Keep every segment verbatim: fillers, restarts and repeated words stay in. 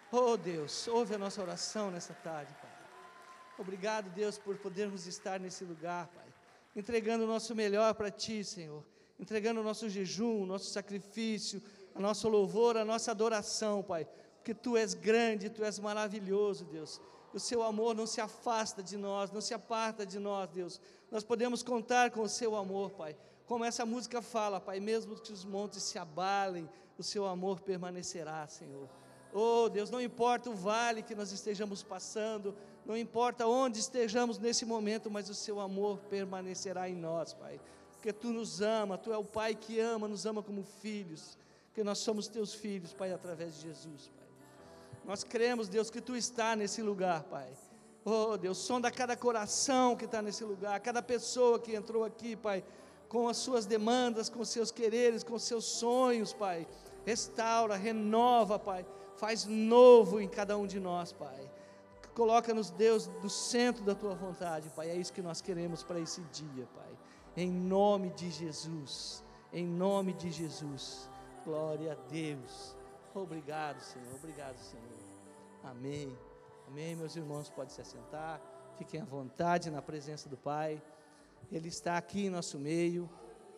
Oh Deus, ouve a nossa oração nessa tarde, Pai. Obrigado, Deus, por podermos estar nesse lugar, Pai, entregando o nosso melhor para Ti, Senhor, entregando o nosso jejum, o nosso sacrifício, o nosso louvor, a nossa adoração, Pai, porque Tu és grande, Tu és maravilhoso, Deus. O Seu amor não se afasta de nós, não se aparta de nós, Deus. Nós podemos contar com o Seu amor, Pai. Como essa música fala, Pai, mesmo que os montes se abalem, o Seu amor permanecerá, Senhor. Oh Deus, não importa o vale que nós estejamos passando, não importa onde estejamos nesse momento, mas o Seu amor permanecerá em nós, Pai, porque Tu nos ama, Tu é o Pai que ama, nos ama como filhos, porque nós somos Teus filhos, Pai, através de Jesus, Pai. Nós cremos, Deus, que Tu está nesse lugar, Pai. Oh Deus, sonda cada coração que está nesse lugar, cada pessoa que entrou aqui, Pai, com as suas demandas, com os seus quereres, com os seus sonhos, Pai. Restaura, renova, Pai. Faz novo em cada um de nós, Pai. Coloca-nos, Deus, no centro da Tua vontade, Pai. É isso que nós queremos para esse dia, Pai. Em nome de Jesus. Em nome de Jesus. Glória a Deus. Obrigado, Senhor. Obrigado, Senhor. Amém. Amém, meus irmãos. Podem se assentar. Fiquem à vontade na presença do Pai. Ele está aqui em nosso meio.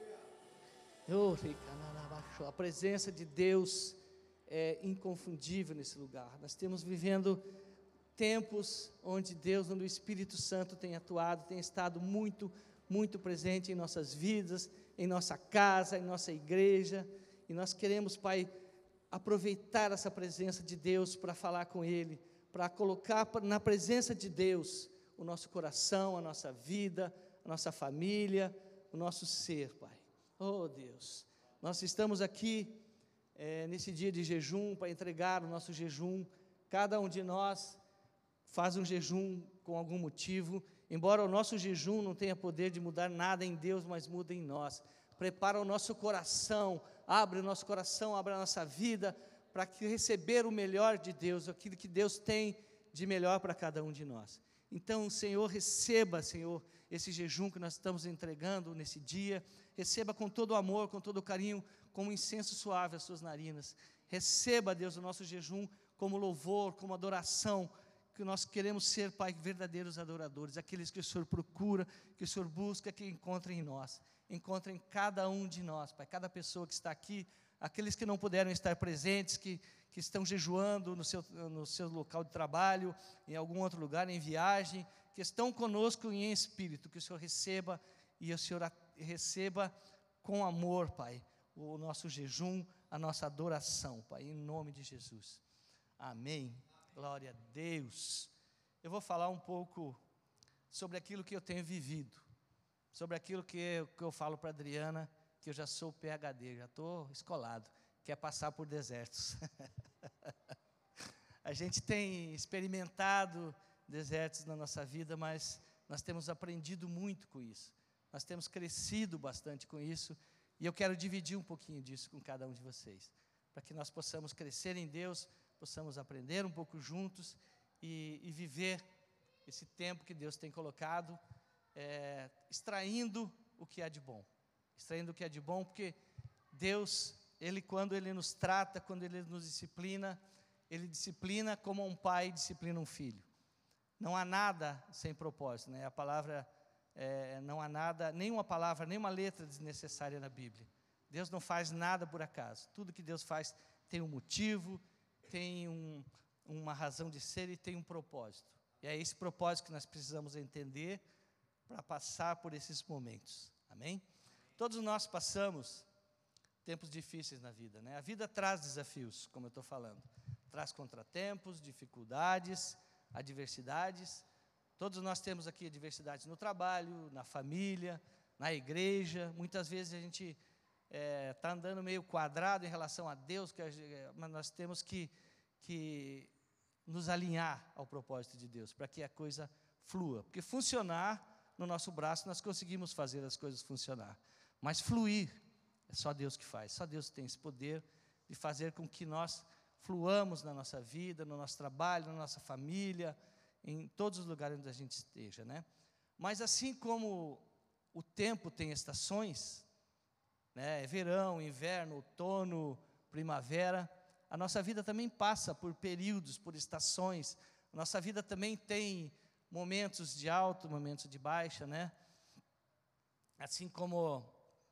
A presença de Deus é inconfundível nesse lugar. Nós estamos vivendo tempos onde Deus, onde o Espírito Santo tem atuado, tem estado muito, muito presente em nossas vidas, em nossa casa, em nossa igreja, e nós queremos, Pai, aproveitar essa presença de Deus para falar com Ele, para colocar na presença de Deus o nosso coração, a nossa vida, a nossa família, o nosso ser, Pai. Oh Deus, nós estamos aqui É, nesse dia de jejum, para entregar o nosso jejum. Cada um de nós faz um jejum com algum motivo, embora o nosso jejum não tenha poder de mudar nada em Deus, mas muda em nós. Prepara o nosso coração, abre o nosso coração, abre a nossa vida, para que receber o melhor de Deus, aquilo que Deus tem de melhor para cada um de nós. Então, Senhor, receba, Senhor, esse jejum que nós estamos entregando nesse dia, receba com todo o amor, com todo o carinho, como um incenso suave as suas narinas. Receba, Deus, o nosso jejum como louvor, como adoração, que nós queremos ser, Pai, verdadeiros adoradores, aqueles que o Senhor procura, que o Senhor busca, que encontra em nós, encontra em cada um de nós, Pai, cada pessoa que está aqui, aqueles que não puderam estar presentes, que, que estão jejuando no seu, no seu local de trabalho, em algum outro lugar, em viagem, que estão conosco em espírito, que o Senhor receba, e o Senhor a, receba com amor, Pai, o nosso jejum, a nossa adoração, Pai, em nome de Jesus. Amém. Glória a Deus. Eu vou falar um pouco sobre aquilo que eu tenho vivido, sobre aquilo que eu, que eu falo para a Adriana, que eu já sou P H D, já estou escolado, que é passar por desertos. A gente tem experimentado desertos na nossa vida, mas nós temos aprendido muito com isso, nós temos crescido bastante com isso, e eu quero dividir um pouquinho disso com cada um de vocês, para que nós possamos crescer em Deus, possamos aprender um pouco juntos e, e viver esse tempo que Deus tem colocado, é, extraindo o que há de bom, extraindo o que é de bom, porque Deus, Ele quando Ele nos trata, quando Ele nos disciplina, Ele disciplina como um pai disciplina um filho. Não há nada sem propósito, né? A palavra, é, não há nada, nenhuma palavra, nenhuma letra desnecessária na Bíblia. Deus não faz nada por acaso. Tudo que Deus faz tem um motivo, tem um, uma razão de ser e tem um propósito. E é esse propósito que nós precisamos entender para passar por esses momentos. Amém? Todos nós passamos tempos difíceis na vida, né? A vida traz desafios, como eu estou falando. Traz contratempos, dificuldades, adversidades. Todos nós temos aqui adversidades no trabalho, na família, na igreja. Muitas vezes a gente está é, andando meio quadrado em relação a Deus, que a, mas nós temos que, que nos alinhar ao propósito de Deus, para que a coisa flua. Porque funcionar, no nosso braço, nós conseguimos fazer as coisas funcionar. Mas fluir, é só Deus que faz. Só Deus tem esse poder de fazer com que nós fluamos na nossa vida, no nosso trabalho, na nossa família, em todos os lugares onde a gente esteja, né? Mas assim como o tempo tem estações, né, verão, inverno, outono, primavera, a nossa vida também passa por períodos, por estações. A nossa vida também tem momentos de alto, momentos de baixa, né? Assim como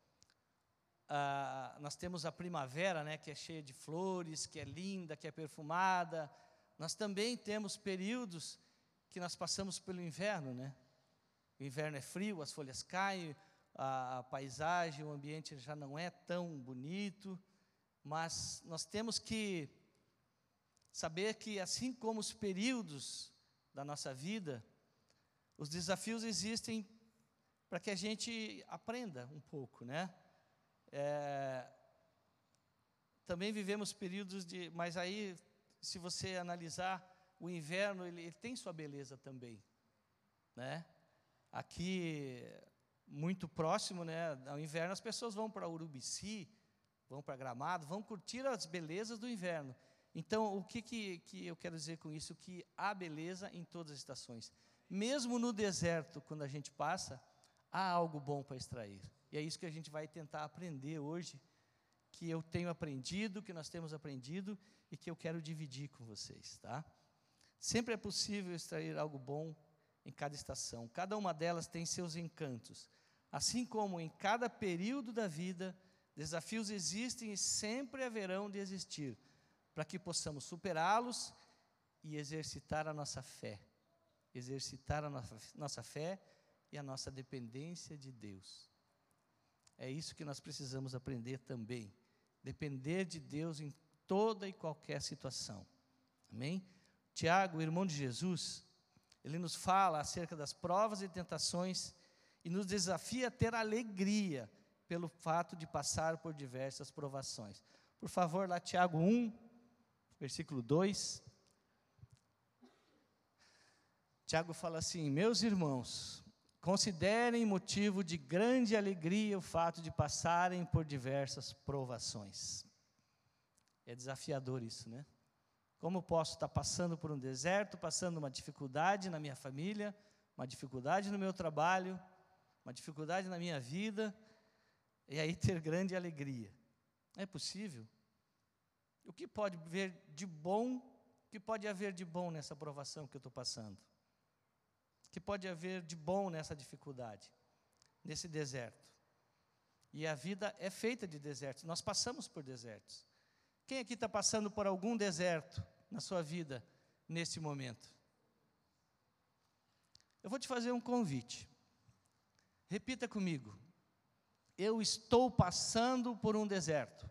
ah, nós temos a primavera, né, que é cheia de flores, que é linda, que é perfumada, nós também temos períodos que nós passamos pelo inverno, né? O inverno é frio, as folhas caem, a, a paisagem, o ambiente já não é tão bonito, mas nós temos que saber que, assim como os períodos da nossa vida, os desafios existem para que a gente aprenda um pouco, né? É, também vivemos períodos de, mas aí, se você analisar, o inverno, ele, ele tem sua beleza também, né? Aqui, muito próximo, né, ao inverno, as pessoas vão para Urubici, vão para Gramado, vão curtir as belezas do inverno. Então, o que, que, que eu quero dizer com isso? Que há beleza em todas as estações. Mesmo no deserto, quando a gente passa, há algo bom para extrair. E é isso que a gente vai tentar aprender hoje, que eu tenho aprendido, que nós temos aprendido, e que eu quero dividir com vocês, tá? Sempre é possível extrair algo bom em cada estação. Cada uma delas tem seus encantos. Assim como em cada período da vida, desafios existem e sempre haverão de existir, para que possamos superá-los e exercitar a nossa fé. Exercitar a nossa, nossa fé e a nossa dependência de Deus. É isso que nós precisamos aprender também. Depender de Deus em toda e qualquer situação. Amém? Tiago, o irmão de Jesus, ele nos fala acerca das provas e tentações e nos desafia a ter alegria pelo fato de passar por diversas provações. Por favor, lá Tiago um, versículo dois. Tiago fala assim: meus irmãos, considerem motivo de grande alegria o fato de passarem por diversas provações. É desafiador isso, né? Como posso estar passando por um deserto, passando uma dificuldade na minha família, uma dificuldade no meu trabalho, uma dificuldade na minha vida, e aí ter grande alegria? É possível? O que pode haver de bom, o que pode haver de bom nessa provação que eu estou passando? O que pode haver de bom nessa dificuldade, nesse deserto? E a vida é feita de desertos, nós passamos por desertos. Quem aqui está passando por algum deserto na sua vida, nesse momento? Eu vou te fazer um convite. Repita comigo. Eu estou passando por um deserto.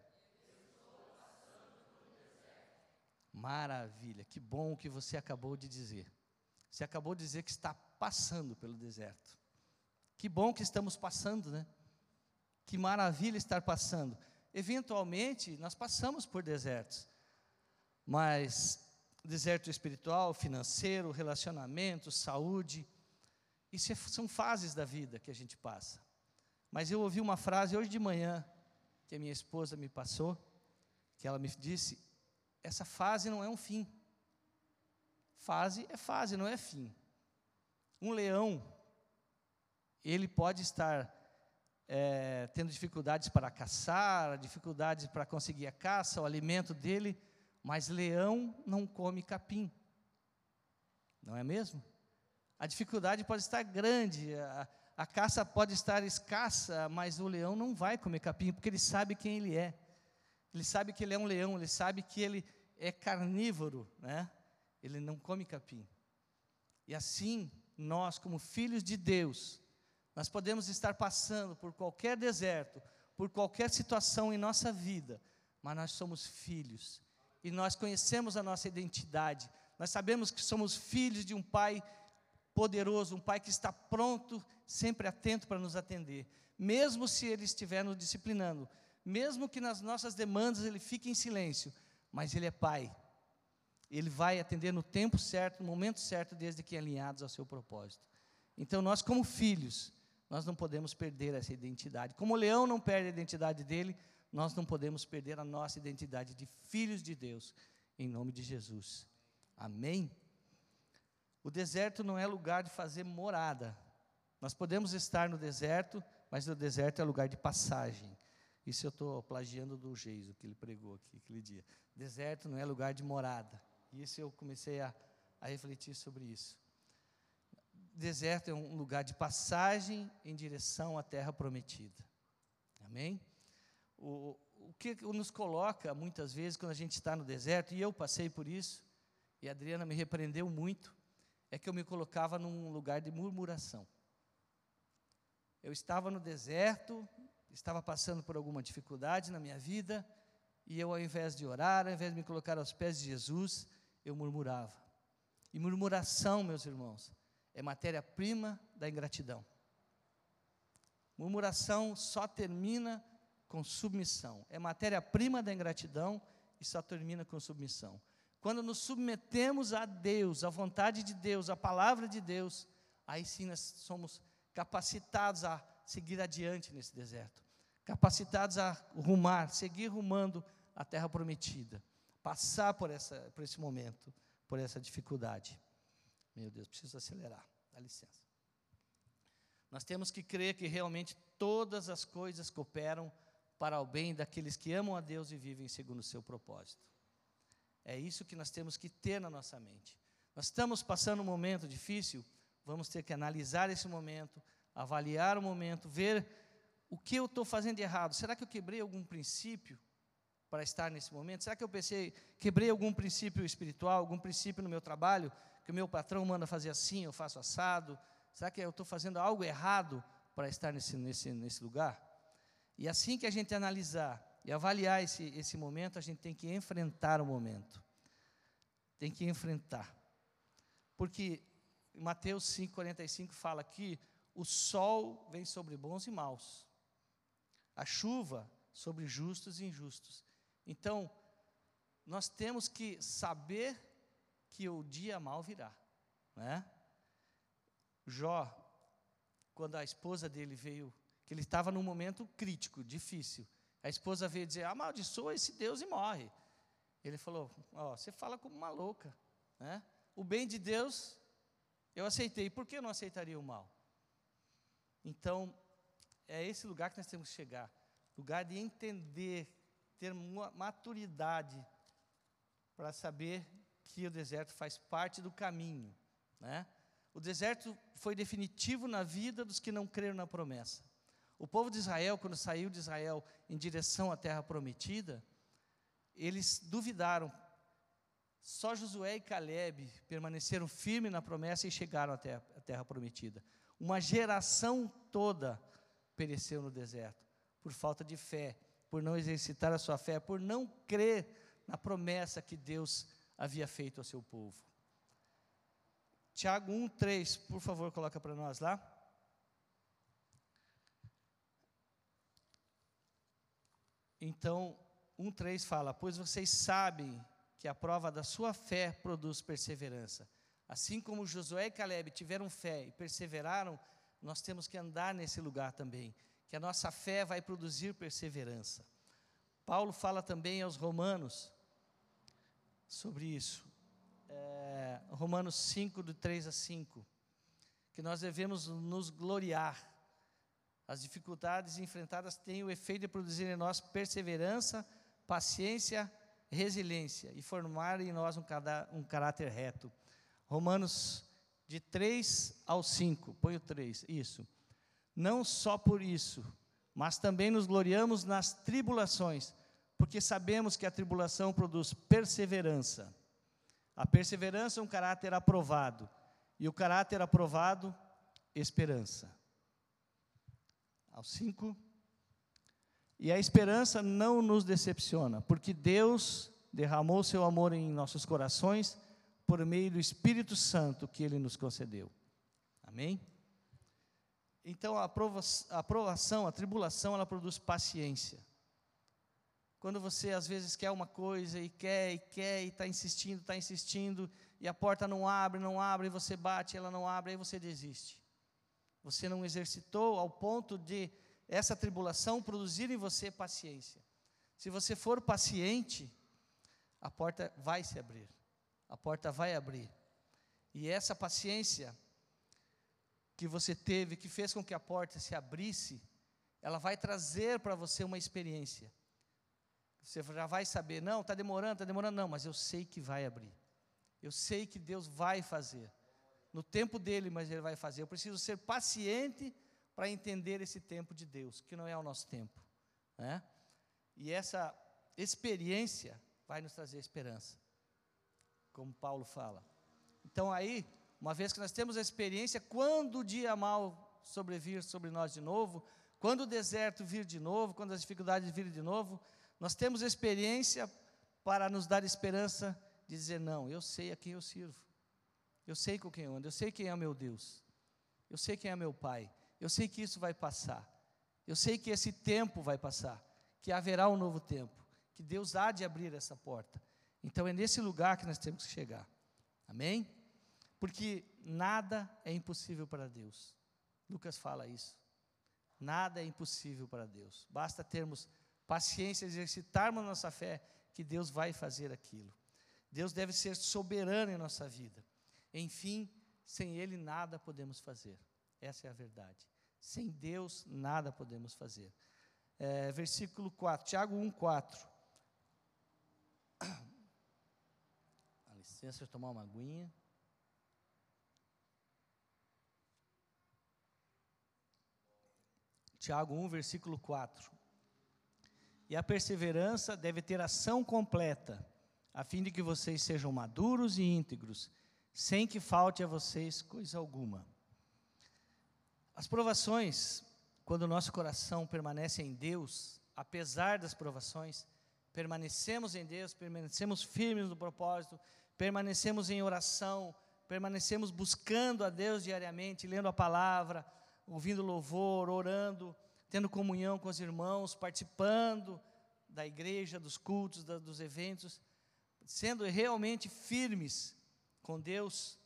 Maravilha, que bom o que você acabou de dizer. Você acabou de dizer que está passando pelo deserto. Que bom que estamos passando, né? Que maravilha estar passando. Eventualmente, nós passamos por desertos, mas deserto espiritual, financeiro, relacionamento, saúde, isso é, são fases da vida que a gente passa. Mas eu ouvi uma frase hoje de manhã, que a minha esposa me passou, que ela me disse: essa fase não é um fim. Fase é fase, não é fim. Um leão, ele pode estar é, tendo dificuldades para caçar, dificuldades para conseguir a caça, o alimento dele, mas leão não come capim. Não é mesmo? A dificuldade pode estar grande, a, a caça pode estar escassa, mas o leão não vai comer capim, porque ele sabe quem ele é. Ele sabe que ele é um leão, ele sabe que ele é carnívoro, né? Ele não come capim. E assim, nós, como filhos de Deus, nós podemos estar passando por qualquer deserto, por qualquer situação em nossa vida, mas nós somos filhos, e nós conhecemos a nossa identidade, nós sabemos que somos filhos de um Pai poderoso, um Pai que está pronto, sempre atento para nos atender, mesmo se Ele estiver nos disciplinando, mesmo que nas nossas demandas Ele fique em silêncio, mas Ele é Pai. Ele vai atender no tempo certo, no momento certo, desde que alinhados ao seu propósito. Então, nós como filhos, nós não podemos perder essa identidade. Como o leão não perde a identidade dele, nós não podemos perder a nossa identidade de filhos de Deus, em nome de Jesus. Amém? O deserto não é lugar de fazer morada. Nós podemos estar no deserto, mas o deserto é lugar de passagem. Isso eu estou plagiando do Geis, o que ele pregou aqui aquele dia. Deserto não é lugar de morada. Isso eu comecei a, a refletir sobre isso. Deserto é um lugar de passagem em direção à terra prometida. Amém? O, o que nos coloca, muitas vezes, quando a gente está no deserto, e eu passei por isso, e a Adriana me repreendeu muito, é que eu me colocava num lugar de murmuração. Eu estava no deserto, estava passando por alguma dificuldade na minha vida, e eu, ao invés de orar, ao invés de me colocar aos pés de Jesus, eu murmurava. E murmuração, meus irmãos, é matéria-prima da ingratidão. Murmuração só termina com submissão. É matéria-prima da ingratidão e só termina com submissão. Quando nos submetemos a Deus, à vontade de Deus, à palavra de Deus, aí sim nós somos capacitados a seguir adiante nesse deserto. Capacitados a rumar, seguir rumando a terra prometida. Passar por, essa, por esse momento, por essa dificuldade. Meu Deus, preciso acelerar, dá licença. Nós temos que crer que realmente todas as coisas cooperam para o bem daqueles que amam a Deus e vivem segundo o seu propósito. É isso que nós temos que ter na nossa mente. Nós estamos passando um momento difícil, vamos ter que analisar esse momento, avaliar o momento, ver o que eu estou fazendo de errado. Será que eu quebrei algum princípio para estar nesse momento? Será que eu pensei, quebrei algum princípio espiritual, algum princípio no meu trabalho, que o meu patrão manda fazer assim, eu faço assado? Será que eu estou fazendo algo errado para estar nesse, nesse, nesse lugar? E assim que a gente analisar e avaliar esse, esse momento, a gente tem que enfrentar o momento. Tem que enfrentar. Porque Mateus cinco, quarenta e cinco fala que o sol vem sobre bons e maus. A chuva sobre justos e injustos. Então, nós temos que saber que o dia mal virá, né? Jó, quando a esposa dele veio, que ele estava num momento crítico, difícil, a esposa veio dizer, amaldiçoa esse Deus e morre. Ele falou, ó, você fala como uma louca, né? O bem de Deus, eu aceitei, por que eu não aceitaria o mal? Então, é esse lugar que nós temos que chegar, lugar de entender, ter uma maturidade, para saber que o deserto faz parte do caminho, né? O deserto foi definitivo na vida dos que não creram na promessa. O povo de Israel, quando saiu de Israel em direção à terra prometida, eles duvidaram. Só Josué e Calebe permaneceram firmes na promessa e chegaram à terra, à terra prometida. Uma geração toda pereceu no deserto, por falta de fé, por não exercitar a sua fé, por não crer na promessa que Deus havia feito ao seu povo. Tiago um, três, por favor, coloca para nós lá. Então, um, três fala, pois vocês sabem que a prova da sua fé produz perseverança. Assim como Josué e Calebe tiveram fé e perseveraram, nós temos que andar nesse lugar também, que a nossa fé vai produzir perseverança. Paulo fala também aos romanos sobre isso. É, Romanos cinco, do três a cinco, que nós devemos nos gloriar. As dificuldades enfrentadas têm o efeito de produzir em nós perseverança, paciência, resiliência e formar em nós um, cada, um caráter reto. Romanos de três ao cinco, põe o três, isso. Não só por isso, mas também nos gloriamos nas tribulações, porque sabemos que a tribulação produz perseverança. A perseverança é um caráter aprovado, e o caráter aprovado, esperança. Ao cinco. E a esperança não nos decepciona, porque Deus derramou seu amor em nossos corações, por meio do Espírito Santo que Ele nos concedeu. Amém? Então, a aprovação, a tribulação, ela produz paciência. Quando você, às vezes, quer uma coisa, e quer, e quer, e está insistindo, está insistindo, e a porta não abre, não abre, e você bate, ela não abre, aí você desiste. Você não exercitou ao ponto de essa tribulação produzir em você paciência. Se você for paciente, a porta vai se abrir. A porta vai abrir. E essa paciência que você teve, que fez com que a porta se abrisse, ela vai trazer para você uma experiência. Você já vai saber, não, está demorando, está demorando, não, mas eu sei que vai abrir. Eu sei que Deus vai fazer. No tempo dele, mas Ele vai fazer. Eu preciso ser paciente para entender esse tempo de Deus, que não é o nosso tempo, né? E essa experiência vai nos trazer esperança, como Paulo fala. Então aí, uma vez que nós temos a experiência, quando o dia mau sobrevir sobre nós de novo, quando o deserto vir de novo, quando as dificuldades virem de novo, nós temos experiência para nos dar esperança de dizer, não, eu sei a quem eu sirvo, eu sei com quem eu ando, eu sei quem é o meu Deus, eu sei quem é meu Pai, eu sei que isso vai passar, eu sei que esse tempo vai passar, que haverá um novo tempo, que Deus há de abrir essa porta. Então é nesse lugar que nós temos que chegar, amém? Porque nada é impossível para Deus. Lucas fala isso, nada é impossível para Deus, basta termos paciência, exercitarmos nossa fé, que Deus vai fazer aquilo. Deus deve ser soberano em nossa vida. Enfim, sem Ele nada podemos fazer. Essa é a verdade. Sem Deus nada podemos fazer. É, versículo quatro, Tiago um, quatro. Dá licença, deixa eu tomar uma aguinha. Tiago um, versículo quatro. E a perseverança deve ter ação completa, a fim de que vocês sejam maduros e íntegros, sem que falte a vocês coisa alguma. As provações, quando o nosso coração permanece em Deus, apesar das provações, permanecemos em Deus, permanecemos firmes no propósito, permanecemos em oração, permanecemos buscando a Deus diariamente, lendo a palavra, ouvindo louvor, orando, tendo comunhão com os irmãos, participando da igreja, dos cultos, da, dos eventos, sendo realmente firmes com Deus,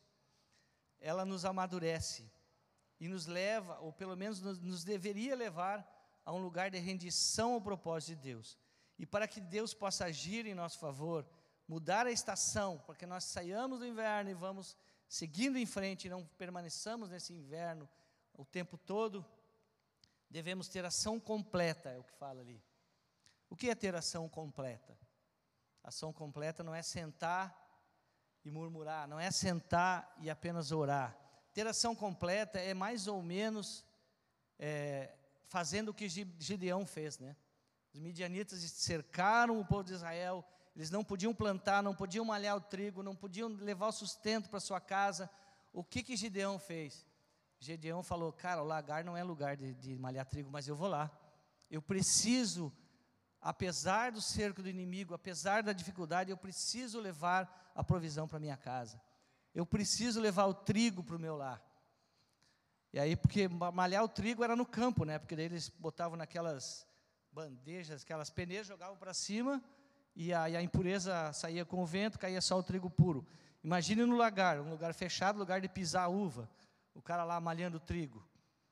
ela nos amadurece e nos leva, ou pelo menos nos, nos deveria levar a um lugar de rendição ao propósito de Deus. E para que Deus possa agir em nosso favor, mudar a estação, para que nós saiamos do inverno e vamos seguindo em frente e não permaneçamos nesse inverno o tempo todo, devemos ter ação completa, é o que fala ali. O que é ter ação completa? Ação completa não é sentar e murmurar, não é sentar e apenas orar. Ter ação completa é mais ou menos é, fazendo o que Gideão fez, né? Os midianitas cercaram o povo de Israel, eles não podiam plantar, não podiam malhar o trigo, não podiam levar o sustento para sua casa. O que que Gideão fez? Gideão falou, cara, o lagar não é lugar de, de malhar trigo, mas eu vou lá. Eu preciso, apesar do cerco do inimigo, apesar da dificuldade, eu preciso levar a provisão para minha casa. Eu preciso levar o trigo para o meu lar. E aí, porque malhar o trigo era no campo, né? Porque daí eles botavam naquelas bandejas, aquelas peneiras, jogavam para cima, e a, e a impureza saía com o vento, caía só o trigo puro. Imagine no lagar, um lugar fechado, lugar de pisar a uva. O cara lá malhando o trigo,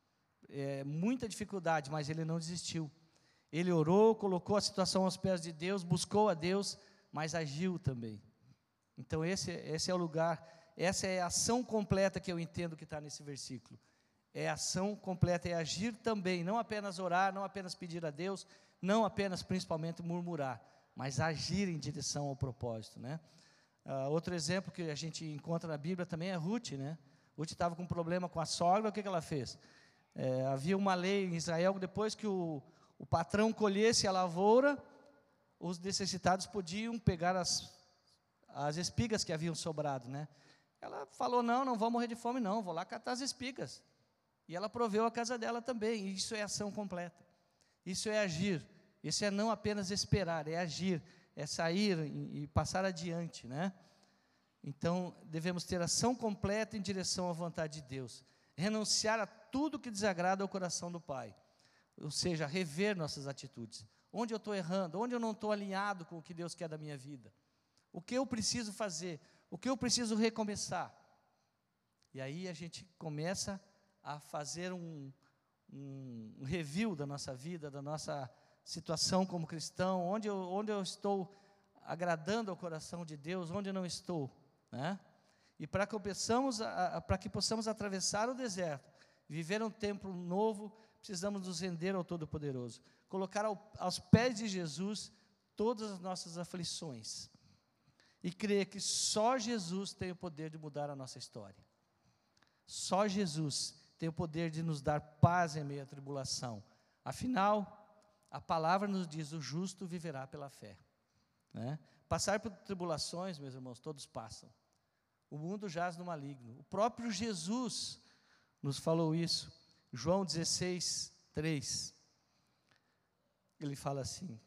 é, muita dificuldade, mas ele não desistiu. Ele orou, colocou a situação aos pés de Deus, buscou a Deus, mas agiu também. Então esse, esse é o lugar, essa é a ação completa que eu entendo que está nesse versículo. É ação completa, é agir também, não apenas orar, não apenas pedir a Deus, não apenas principalmente murmurar, mas agir em direção ao propósito, né? Uh, outro exemplo que a gente encontra na Bíblia também é Ruth, né? Ruth estava com um problema com a sogra, o que, que ela fez? É, havia uma lei em Israel que depois que o, o patrão colhesse a lavoura, os necessitados podiam pegar as, as espigas que haviam sobrado, né? Ela falou, não, não vou morrer de fome não, vou lá catar as espigas. E ela proveu a casa dela também, e isso é ação completa. Isso é agir, isso é não apenas esperar, é agir, é sair e, e passar adiante, né? Então, devemos ter ação completa em direção à vontade de Deus. Renunciar a tudo que desagrada ao coração do Pai. Ou seja, rever nossas atitudes. Onde eu estou errando, onde eu não estou alinhado com o que Deus quer da minha vida. O que eu preciso fazer, o que eu preciso recomeçar. E aí a gente começa a fazer um, um, um review da nossa vida, da nossa situação como cristão, onde eu, onde eu estou agradando ao coração de Deus, onde eu não estou. Né? E para que, possamos, para que possamos atravessar o deserto, viver um tempo novo, precisamos nos render ao Todo-Poderoso, colocar ao, aos pés de Jesus todas as nossas aflições, e crer que só Jesus tem o poder de mudar a nossa história. Só Jesus tem o poder de nos dar paz em meio à tribulação. Afinal, a palavra nos diz: o justo viverá pela fé, né? Passar por tribulações, meus irmãos, todos passam. O mundo jaz no maligno. O próprio Jesus nos falou isso. João dezesseis, três. Ele fala assim: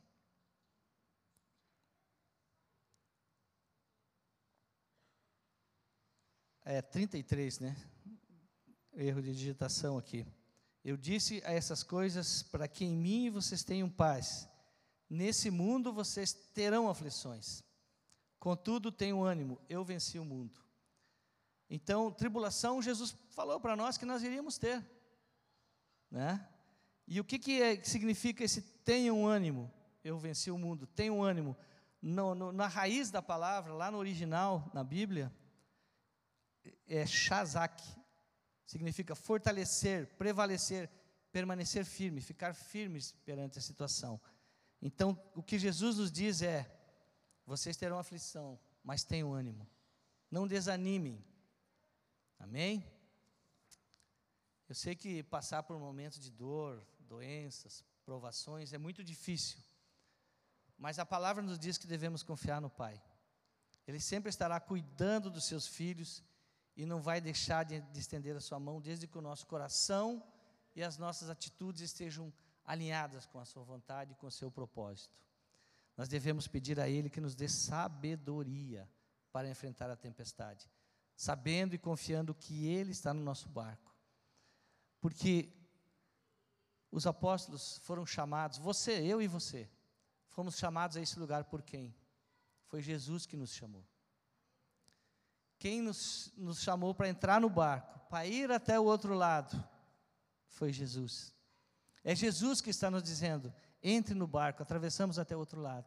é trinta e três, né? Erro de digitação aqui. Eu disse a essas coisas para que em mim vocês tenham paz. Nesse mundo vocês terão aflições. Contudo, tenham ânimo, eu venci o mundo. Então, tribulação, Jesus falou para nós que nós iríamos ter, né? E o que, que, é, que significa esse tenham ânimo? Eu venci o mundo. Tenham ânimo. No, no, na raiz da palavra, lá no original, na Bíblia, é shazak. Significa fortalecer, prevalecer, permanecer firme, ficar firmes perante a situação. Então, o que Jesus nos diz é: vocês terão aflição, mas tenham ânimo. Não desanimem. Amém? Eu sei que passar por momentos de dor, doenças, provações é muito difícil. Mas a palavra nos diz que devemos confiar no Pai. Ele sempre estará cuidando dos seus filhos e não vai deixar de, de estender a sua mão, desde que o nosso coração e as nossas atitudes estejam alinhadas com a sua vontade e com o seu propósito. Nós devemos pedir a Ele que nos dê sabedoria para enfrentar a tempestade, sabendo e confiando que Ele está no nosso barco. Porque os apóstolos foram chamados, você, eu e você, fomos chamados a esse lugar por quem? Foi Jesus que nos chamou. Quem nos, nos chamou para entrar no barco, para ir até o outro lado, foi Jesus. É Jesus que está nos dizendo: entre no barco, atravessamos até o outro lado.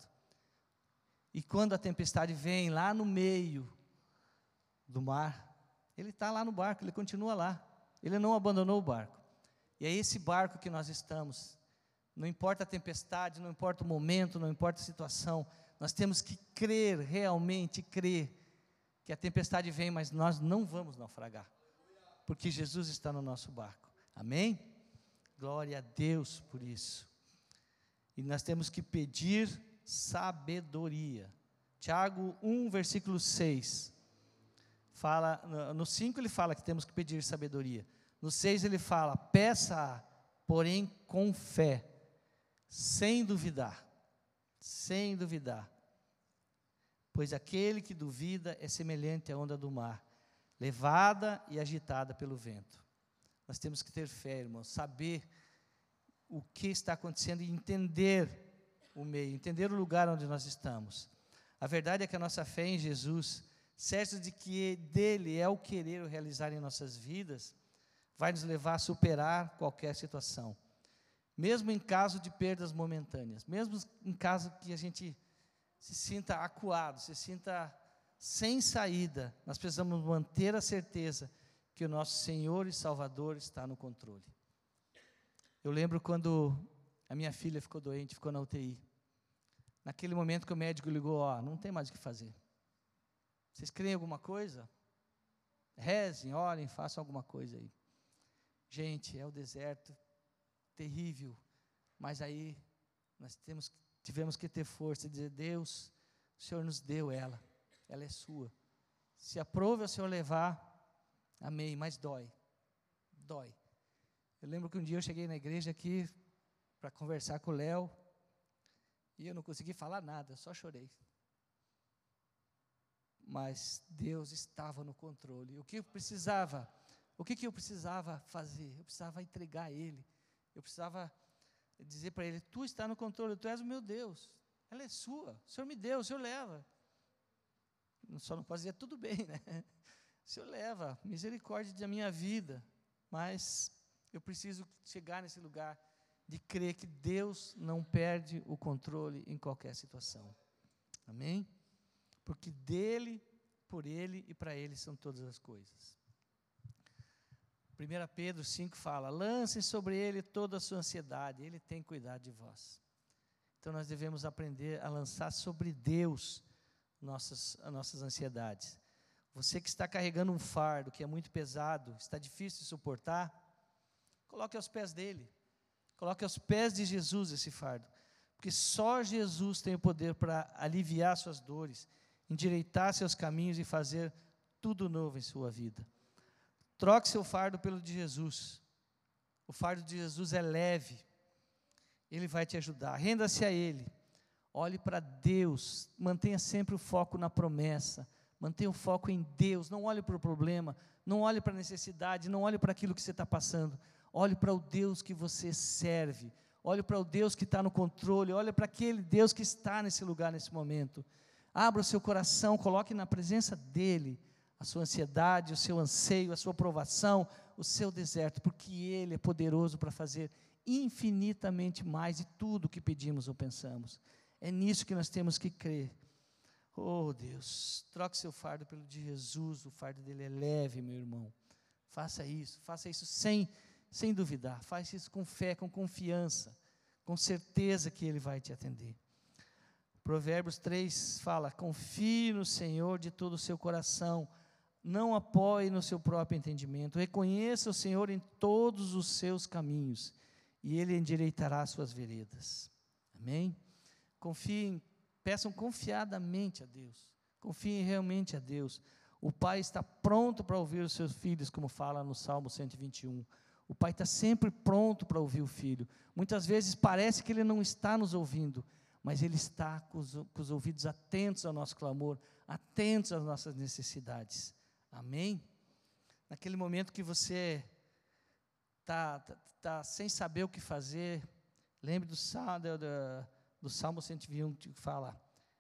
E quando a tempestade vem lá no meio do mar, Ele está lá no barco, Ele continua lá. Ele não abandonou o barco. E é esse barco que nós estamos. Não importa a tempestade, não importa o momento, não importa a situação, nós temos que crer, realmente crer, que a tempestade vem, mas nós não vamos naufragar, porque Jesus está no nosso barco. Amém? Glória a Deus por isso. E nós temos que pedir sabedoria. Tiago um, versículo seis. Fala, no cinco ele fala que temos que pedir sabedoria. No seis ele fala: peça, porém com fé, sem duvidar. Sem duvidar. Pois aquele que duvida é semelhante à onda do mar, levada e agitada pelo vento. Nós temos que ter fé, irmãos, saber o que está acontecendo e entender o meio, entender o lugar onde nós estamos. A verdade é que a nossa fé em Jesus, certo de que dele é o querer o realizar em nossas vidas, vai nos levar a superar qualquer situação. Mesmo em caso de perdas momentâneas, mesmo em caso que a gente se sinta acuado, se sinta sem saída, nós precisamos manter a certeza que o nosso Senhor e Salvador está no controle. Eu lembro quando a minha filha ficou doente, ficou na U T I. Naquele momento que o médico ligou: ó, não tem mais o que fazer. Vocês creem em alguma coisa? Rezem, orem, façam alguma coisa aí. Gente, é o deserto, terrível, mas aí nós temos, tivemos que ter força e dizer: Deus, o Senhor nos deu ela, ela é sua. Se aprove o Senhor levar, amém, mas dói, dói. Eu lembro que um dia eu cheguei na igreja aqui para conversar com o Léo, e eu não consegui falar nada, eu só chorei. Mas Deus estava no controle. O que eu precisava, o que, que eu precisava fazer? Eu precisava entregar a Ele, eu precisava dizer para Ele: tu está no controle, tu és o meu Deus, ela é sua, o Senhor me deu, o Senhor leva. Só não posso dizer tudo bem, né? O Senhor leva, misericórdia da minha vida, mas eu preciso chegar nesse lugar de crer que Deus não perde o controle em qualquer situação. Amém? Porque dele, por ele e para ele são todas as coisas. primeira Pedro cinco fala, lancem sobre ele toda a sua ansiedade, ele tem cuidado de vós. Então nós devemos aprender a lançar sobre Deus nossas, as nossas ansiedades. Você que está carregando um fardo que é muito pesado, está difícil de suportar, coloque aos pés dele, coloque aos pés de Jesus esse fardo, porque só Jesus tem o poder para aliviar suas dores, endireitar seus caminhos e fazer tudo novo em sua vida. Troque seu fardo pelo de Jesus. O fardo de Jesus é leve, ele vai te ajudar. Renda-se a ele, olhe para Deus, mantenha sempre o foco na promessa, mantenha o foco em Deus, não olhe para o problema, não olhe para a necessidade, não olhe para aquilo que você está passando, olhe para o Deus que você serve, olhe para o Deus que está no controle, olhe para aquele Deus que está nesse lugar, nesse momento. Abra o seu coração, coloque na presença dEle a sua ansiedade, o seu anseio, a sua provação, o seu deserto, porque Ele é poderoso para fazer infinitamente mais de tudo o que pedimos ou pensamos. É nisso que nós temos que crer. Oh Deus, troque seu fardo pelo de Jesus, o fardo dele é leve, meu irmão. Faça isso, faça isso sem, sem duvidar, faça isso com fé, com confiança, com certeza que Ele vai te atender. Provérbios três fala, confie no Senhor de todo o seu coração, não apoie no seu próprio entendimento, reconheça o Senhor em todos os seus caminhos, e Ele endireitará as suas veredas. Amém? Confiem, peçam confiadamente a Deus, confiem realmente a Deus. O Pai está pronto para ouvir os seus filhos, como fala no Salmo cento e vinte e um. O Pai está sempre pronto para ouvir o Filho. Muitas vezes parece que Ele não está nos ouvindo, mas Ele está com os, com os ouvidos atentos ao nosso clamor, atentos às nossas necessidades. Amém? Naquele momento que você está tá, tá sem saber o que fazer, lembre do, do, do, do Salmo cento e vinte e um, que fala,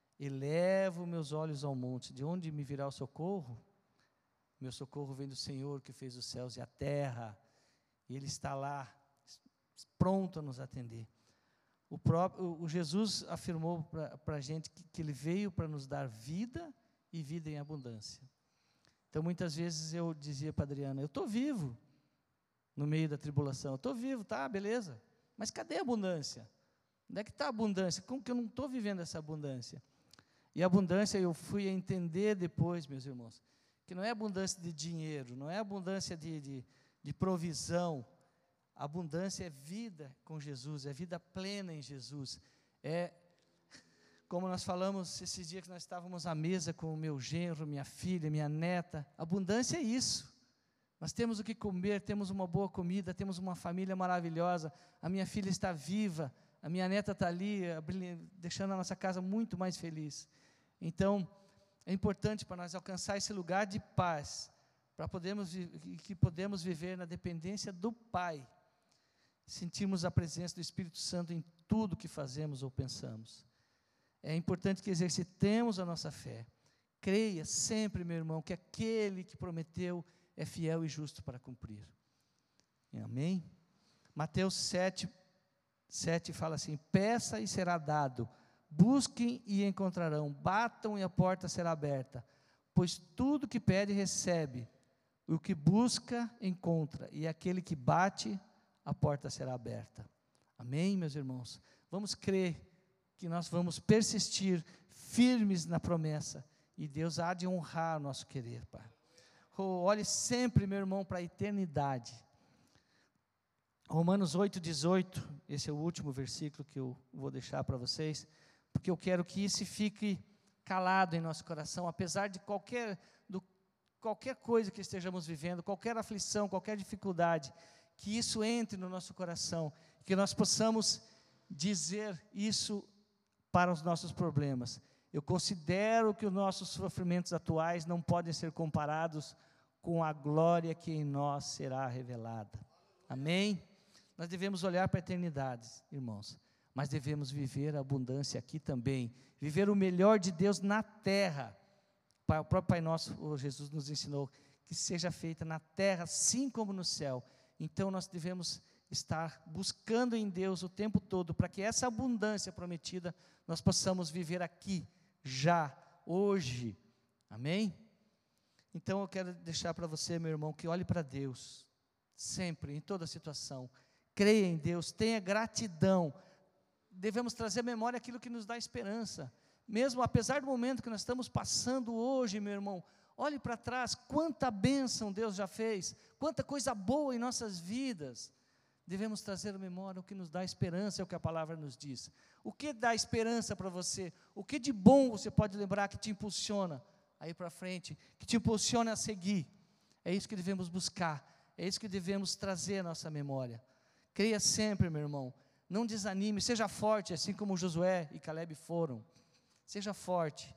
elevo meus olhos ao monte, de onde me virá o socorro? Meu socorro vem do Senhor, que fez os céus e a terra, e Ele está lá, pronto a nos atender. O, próprio, o Jesus afirmou para a gente que, que Ele veio para nos dar vida e vida em abundância. Então, muitas vezes eu dizia para a Adriana, eu estou vivo no meio da tribulação, eu estou vivo, tá, beleza, mas cadê a abundância? Onde é que está a abundância? Como que eu não estou vivendo essa abundância? E a abundância eu fui a entender depois, meus irmãos, que não é abundância de dinheiro, não é abundância de, de, de provisão, a abundância é vida com Jesus, é vida plena em Jesus, é, como nós falamos esses dias que nós estávamos à mesa com o meu genro, minha filha, minha neta, abundância é isso, nós temos o que comer, temos uma boa comida, temos uma família maravilhosa, a minha filha está viva, a minha neta está ali, deixando a nossa casa muito mais feliz. Então, é importante para nós alcançar esse lugar de paz, para podermos, que podemos viver na dependência do Pai, sentirmos a presença do Espírito Santo em tudo que fazemos ou pensamos. É importante que exercitemos a nossa fé. Creia sempre, meu irmão, que aquele que prometeu é fiel e justo para cumprir. Amém? Mateus sete, sete fala assim, peça e será dado, busquem e encontrarão, batam e a porta será aberta, pois tudo que pede recebe, o que busca encontra, e aquele que bate, a porta será aberta. Amém, meus irmãos? Vamos crer que nós vamos persistir firmes na promessa, e Deus há de honrar o nosso querer, Pai. Oh, olhe sempre, meu irmão, para a eternidade. Romanos oito, dezoito, esse é o último versículo que eu vou deixar para vocês, porque eu quero que isso fique calado em nosso coração, apesar de qualquer, do, qualquer coisa que estejamos vivendo, qualquer aflição, qualquer dificuldade, que isso entre no nosso coração, que nós possamos dizer isso para os nossos problemas. Eu considero que os nossos sofrimentos atuais não podem ser comparados com a glória que em nós será revelada. Amém? Nós devemos olhar para a eternidade, irmãos, mas devemos viver a abundância aqui também, viver o melhor de Deus na terra. O próprio Pai Nosso, o Jesus nos ensinou, que seja feita na terra, assim como no céu. Então nós devemos estar buscando em Deus o tempo todo, para que essa abundância prometida, nós possamos viver aqui, já, hoje. Amém? Então eu quero deixar para você, meu irmão, que olhe para Deus, sempre, em toda situação. Creia em Deus, tenha gratidão. Devemos trazer à memória aquilo que nos dá esperança. Mesmo apesar do momento que nós estamos passando hoje, meu irmão, olhe para trás, quanta bênção Deus já fez, quanta coisa boa em nossas vidas. Devemos trazer à memória o que nos dá esperança, é o que a palavra nos diz. O que dá esperança para você? O que de bom você pode lembrar que te impulsiona a ir para frente, que te impulsiona a seguir? É isso que devemos buscar, é isso que devemos trazer à nossa memória. Creia sempre, meu irmão, não desanime, seja forte, assim como Josué e Caleb foram. Seja forte.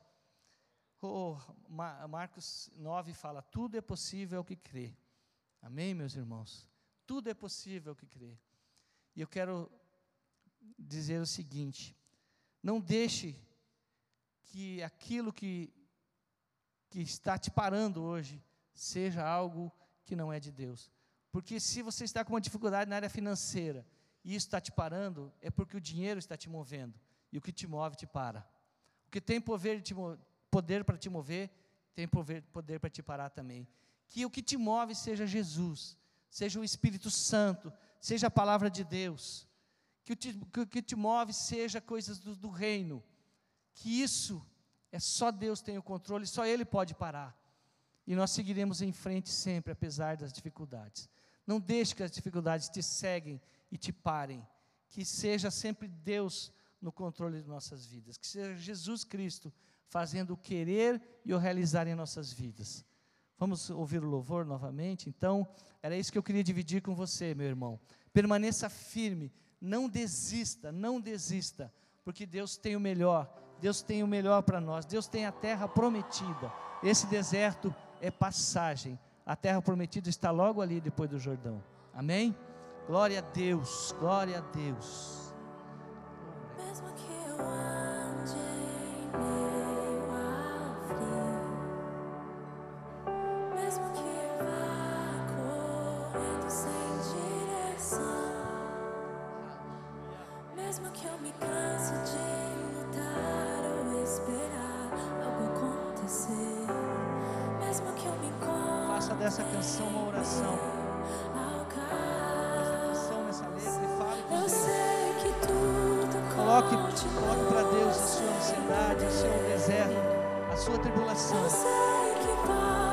Oh, Marcos nove fala, tudo é possível ao que crê. Amém, meus irmãos? Tudo é possível ao que crê. E eu quero dizer o seguinte, não deixe que aquilo que, que está te parando hoje, seja algo que não é de Deus. Porque se você está com uma dificuldade na área financeira, e isso está te parando, é porque o dinheiro está te movendo, e o que te move te para. O que tem poder, te, poder para te mover, tem poder, poder para te parar também. Que o que te move seja Jesus, seja o Espírito Santo, seja a palavra de Deus. Que o, te, que o que te move seja coisas do, do reino. Que isso é só Deus tem o controle, só Ele pode parar. E nós seguiremos em frente sempre, apesar das dificuldades. Não deixe que as dificuldades te seguem e te parem. Que seja sempre Deus no controle de nossas vidas, que seja Jesus Cristo fazendo o querer e o realizar em nossas vidas. Vamos ouvir o louvor novamente? Então, era isso que eu queria dividir com você, meu irmão. Permaneça firme, não desista, não desista, porque Deus tem o melhor, Deus tem o melhor para nós, Deus tem a terra prometida. Esse deserto é passagem, a terra prometida está logo ali depois do Jordão. Amém? Glória a Deus, glória a Deus. Mesmo que eu ande em meio ao frio, mesmo que eu vá correndo sem direção, mesmo que eu me canse de lutar ou esperar algo acontecer, mesmo que eu me encontre, faça dessa canção uma oração. Presta atenção nessa letra e fale com eu Deus. sei que tudo Coloque, coloque para Deus a sua ansiedade, o seu deserto, a sua tribulação. eu sei que vai